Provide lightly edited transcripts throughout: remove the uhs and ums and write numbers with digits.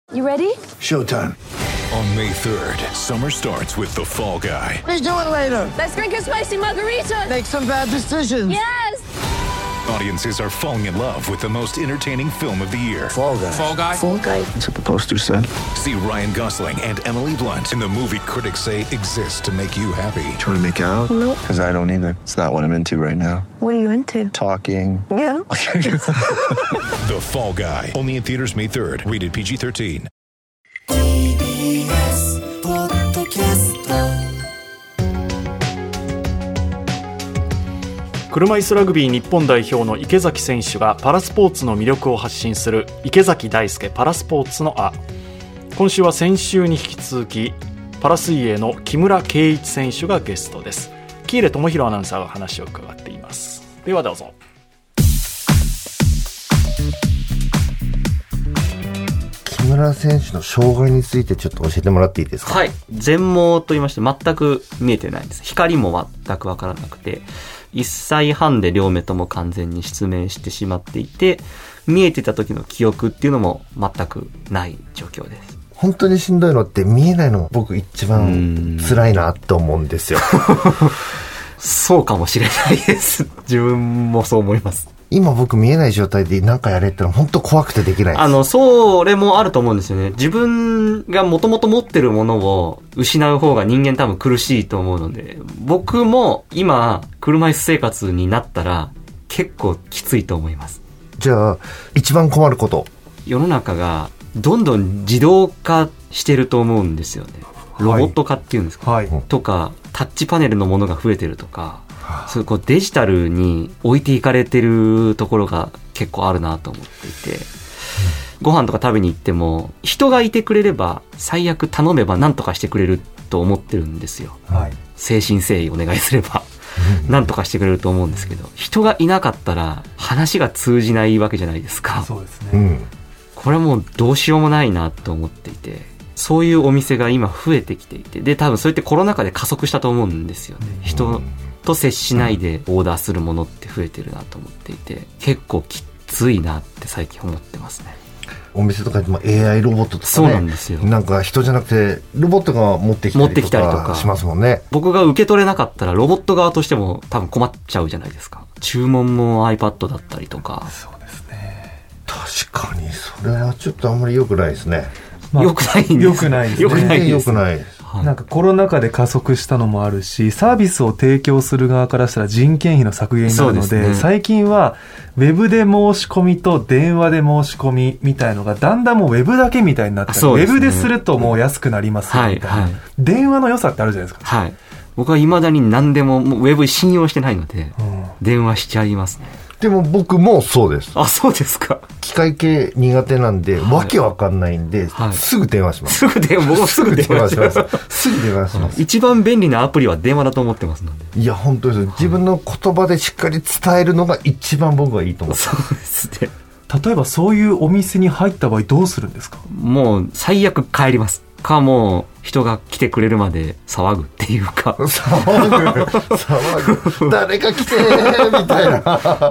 You ready? Showtime. On May 3rd, summer starts with The Fall Guy. Let's do it later. Let's drink a spicy margarita. Make some bad decisions. Yes! Audiences are falling in love with the most entertaining film of the year. Fall Guy. Fall Guy? Fall Guy. That's what the poster said. See Ryan Gosling and Emily Blunt in the movie critics say exists to make you happy. Trying to make it out? Nope. Because I don't either. It's not what I'm into right now. What are you into? Talking. Yeah. The Fall Guy. Only in theaters May 3rd. Rated PG-13. TBS ポッドキャスト車椅子ラグビー日本代表の池崎選手がパラスポーツの魅力を発信する池崎大輔パラスポーツのあ。今週は先週に引き続きパラ水泳の木村敬一選手がゲストです。喜入智弘アナウンサーが話を伺っています。ではどうぞ。 木村選手の障害についてちょっと教えてもらっていいですか？ はい。全盲と言いまして全く見えてないんです。光も全くわからなくて、1歳半で両目とも完全に失明してしまっていて、見えてた時の記憶っていうのも全くない状況です。 本当にしんどいのって見えないのが僕一番辛いなって思うんですよ。 そうかもしれないです。自分もそう思います。 今僕見えない状態で何かやれってのは本当怖くてできないです。 それもあると思うんですよね。自分がもともと持ってるものを失う方が人間多分苦しいと思うので、僕も今車椅子生活になったら結構きついと思います。 じゃあ一番困ること。 世の中がどんどん自動化してると思うんですよね。ロボット化っていうんですか、はい、とかタッチパネルのものが増えてるとか、そういうこうデジタルに置いていかれてるところが結構あるなと思っていて、ご飯とか食べに行っても人がいてくれれば最悪頼めば何とかしてくれると思ってるんですよ、はい、誠心誠意お願いすれば何とかしてくれると思うんですけど、人がいなかったら話が通じないわけじゃないですか。 そうですね、 これはもうどうしようもないなと思っていて、そういうお店が今増えてきていて、で多分そうやってコロナ禍で加速したと思うんですよね。人と接しないでオーダーするものって増えてるなと思っていて、結構きついなって最近思ってますね。 お店とかでも AI ロボットとかね、 そうなんですよ。 なんか人じゃなくてロボットが持ってきたりとかしますもんね。 僕が受け取れなかったらロボット側としても多分困っちゃうじゃないですか。注文も iPad だったりとか。 そうですね。 確かにそれはちょっとあんまり良くないですね。 良くないんです。 良くないですね。 良くないです。 良くないです。 なんかコロナ禍で加速したのもあるし、サービスを提供する側からしたら人件費の削減になるの で、最近はウェブで申し込みと電話で申し込みみたいのがだんだんもうウェブだけみたいになって、ウェブでするともう安くなりますよみたいな、はいはい、電話の良さってあるじゃないですか。 はい。僕は未だに何でも、もうウェブ信用してないので、電話しちゃいますね。 でも僕もそうです。 あ、そうですか。 機械系苦手なんで、わけわかんないんで、はい、すぐ電話します。 僕もすぐ電話します。 すぐ電話します。 一番便利なアプリは電話だと思ってますので。 いや、本当です。自分の言葉でしっかり伝えるのが一番僕はいいと思ってます。 そうですね。 例えばそういうお店に入った場合どうするんですか？ もう最悪帰ります。かもう人が来てくれるまで騒ぐっていうか騒ぐ誰か来てみたいな、はい、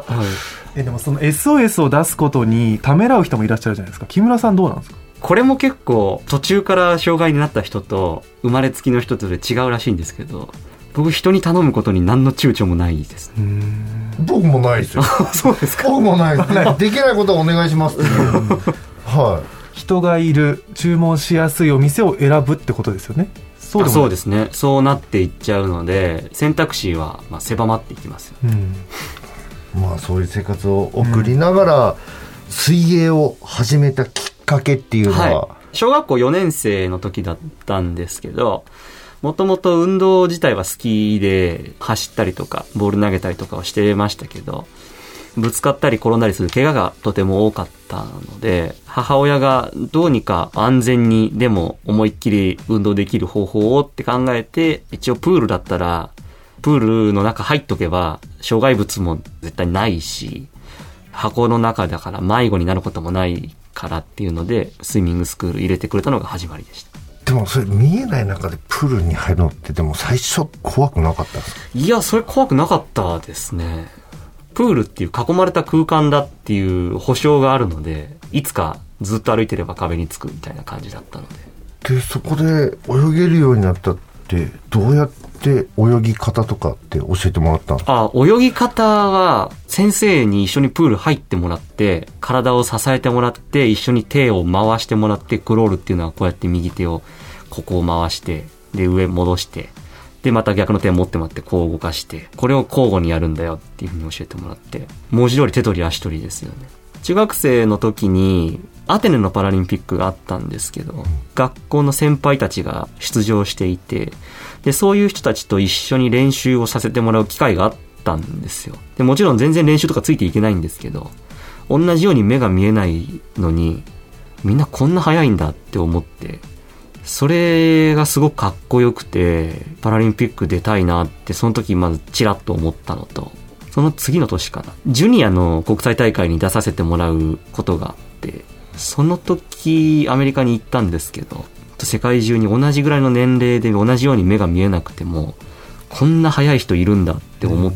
でもその SOS を出すことにためらう人もいらっしゃるじゃないですか。木村さんどうなんですか？ これも結構途中から障害になった人と生まれつきの人とで違うらしいんですけど、僕人に頼むことに何の躊躇もないです。 僕もないですよ。 そうですか。 僕もないですできないことはお願いしますってはい。 人がいる注文しやすいお店を選ぶってことですよね。 そうですね。そうなっていっちゃうので選択肢は狭まっていきますよ、 まあそういう生活を送りながら、水泳を始めたきっかけっていうのは、 はい、小学校4年生の時だったんですけど、もともと運動自体は好きで走ったりとかボール投げたりとかはしてましたけど、ぶつかったり転んだりする怪我がとても多かったので、母親がどうにか安全にでも思いっきり運動できる方法をって考えて、一応プールだったらプールの中入っとけば障害物も絶対ないし、箱の中だから迷子になることもないからっていうのでスイミングスクール入れてくれたのが始まりでした。 でもそれ見えない中でプールに入るのってでも最初怖くなかったんですか？ いや、それ怖くなかったですね。プールっていう囲まれた空間だっていう保証があるので、いつかずっと歩いてれば壁につくみたいな感じだったので。 で、そこで泳げるようになったってどうやって泳ぎ方とかって教えてもらったの？ 泳ぎ方は先生に一緒にプール入ってもらって体を支えてもらって一緒に手を回してもらって、クロールっていうのはこうやって右手をここを回してで上戻してでまた逆の手を持ってもらってこう動かしてこれを交互にやるんだよっていうふうに教えてもらって、文字通り手取り足取りですよね。中学生の時にアテネのパラリンピックがあったんですけど、学校の先輩たちが出場していて、でそういう人たちと一緒に練習をさせてもらう機会があったんですよ。でもちろん全然練習とかついていけないんですけど、同じように目が見えないのにみんなこんな速いんだって思って、それがすごくかっこよくてパラリンピック出たいなってその時まずちらっと思ったのと、その次の年かな、ジュニアの国際大会に出させてもらうことがあって、その時アメリカに行ったんですけど、世界中に同じぐらいの年齢で同じように目が見えなくてもこんな速い人いるんだって思って、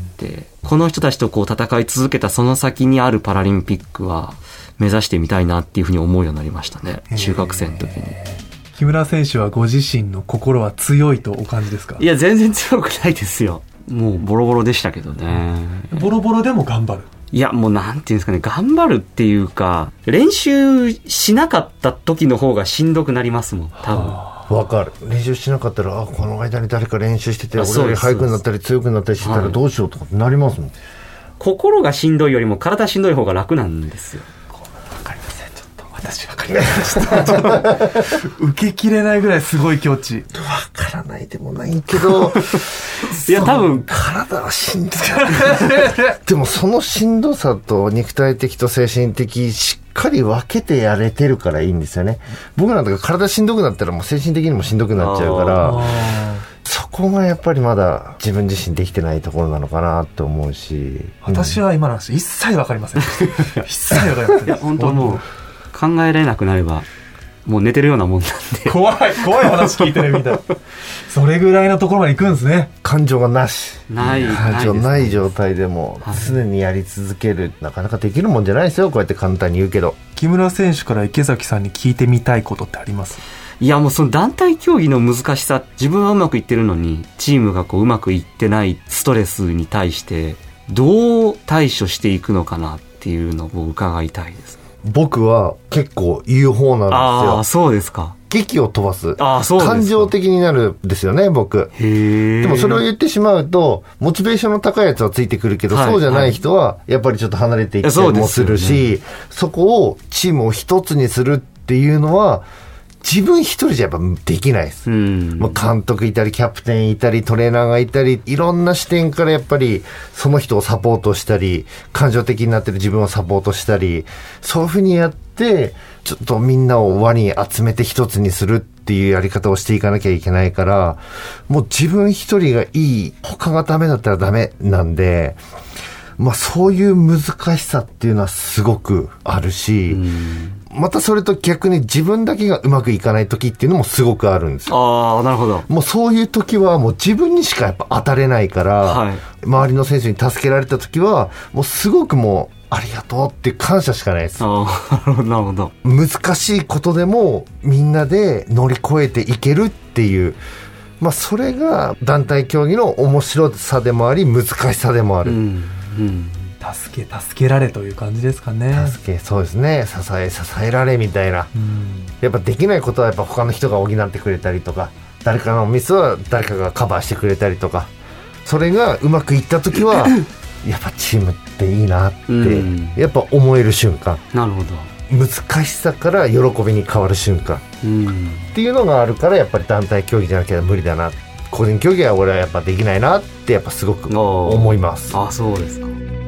この人たちとこう戦い続けたその先にあるパラリンピックは目指してみたいなっていうふうに思うようになりましたね、中学生の時に。 木村選手はご自身の心は強いとお感じですか？ いや全然強くないですよ。もうボロボロでしたけどね。 ボロボロでも頑張る？ いやもうなんていうんですかね、頑張るっていうか練習しなかった時の方がしんどくなりますもん多分。 わかる。練習しなかったらこの間に誰か練習してて俺より速くなったり強くなったりしてたらどうしようとかってなりますもん、 心がしんどいよりも体しんどい方が楽なんですよ。 わかりません。ちょっと私わかりました受けきれないぐらいすごい境地。 わからないでもないけどいや多分体はしんどいでもそのしんどさと肉体的と精神的しっかり分けてやれてるからいいんですよね。僕なんか体しんどくなったらもう精神的にもしんどくなっちゃうから、そこがやっぱりまだ自分自身できてないところなのかなと思うし、 私は今の話一切分かりません一切分かりません。 いや本当もう考えられなくなればもう寝てるようなもんなんで怖い話聞いてるみたいそれぐらいのところまで行くんですね。 感情がなしない感情ない状態でも常にやり続ける、なかなかできるもんじゃないですよ、こうやって簡単に言うけど。 木村選手から池崎さんに聞いてみたいことってあります？ いやもうその団体競技の難しさ、自分はうまくいってるのにチームがこううまくいってないストレスに対してどう対処していくのかなっていうのを伺いたいです。 僕は結構言う方なんですよ。 ああそうですか。 劇を飛ばす。 ああそうですか。 感情的になるんですよね僕。 へえ。 でもそれを言ってしまうとモチベーションの高いやつはついてくるけど、 はい、 そうじゃない人はやっぱりちょっと離れていったりもするし、そこをチームを一つにするっていうのは自分一人じゃやっぱできないです。もう監督いたりキャプテンいたりトレーナーがいたりいろんな視点からやっぱりその人をサポートしたり感情的になってる自分をサポートしたり、そういうふうにやってちょっとみんなを輪に集めて一つにするっていうやり方をしていかなきゃいけないから、もう自分一人がいい、他がダメだったらダメなんで、まあそういう難しさっていうのはすごくあるし、またそれと逆に自分だけがうまくいかない時っていうのもすごくあるんですよ。 ああなるほど。 もうそういう時はもう自分にしかやっぱ当たれないから、はい、周りの選手に助けられた時はもうすごくもうありがとうって感謝しかないです。 ああなるほど。 難しいことでもみんなで乗り越えていけるっていう、まあそれが団体競技の面白さでもあり難しさでもある。 助けられという感じですかね。 そうですね。支えられみたいな、やっぱできないことはやっぱ他の人が補ってくれたりとか、誰かのミスは誰かがカバーしてくれたりとか、それがうまくいった時はやっぱチームっていいなってやっぱ思える瞬間。 なるほど。 難しさから喜びに変わる瞬間っていうのがあるから、やっぱり団体競技じゃなきゃ無理だな、個人競技は俺はやっぱできないなってやっぱすごく思います。 あ、そうですか。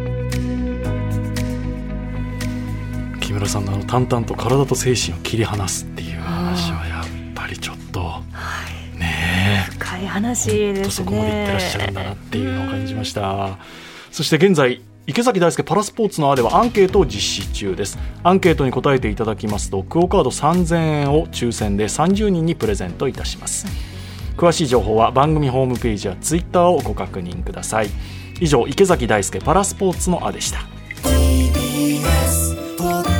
木村さんの淡々と体と精神を切り離すっていう話はやっぱりちょっと、ねえ、 深い話ですね。 そこまでいってらっしゃるんだなっていうのを感じました。そして現在池崎大輔パラスポーツのあではアンケートを実施中です。アンケートに答えていただきますとクオカード3000円を抽選で30人にプレゼントいたします。詳しい情報は番組ホームページやツイッターをご確認ください。以上、池崎大輔パラスポーツのあでした。 TBS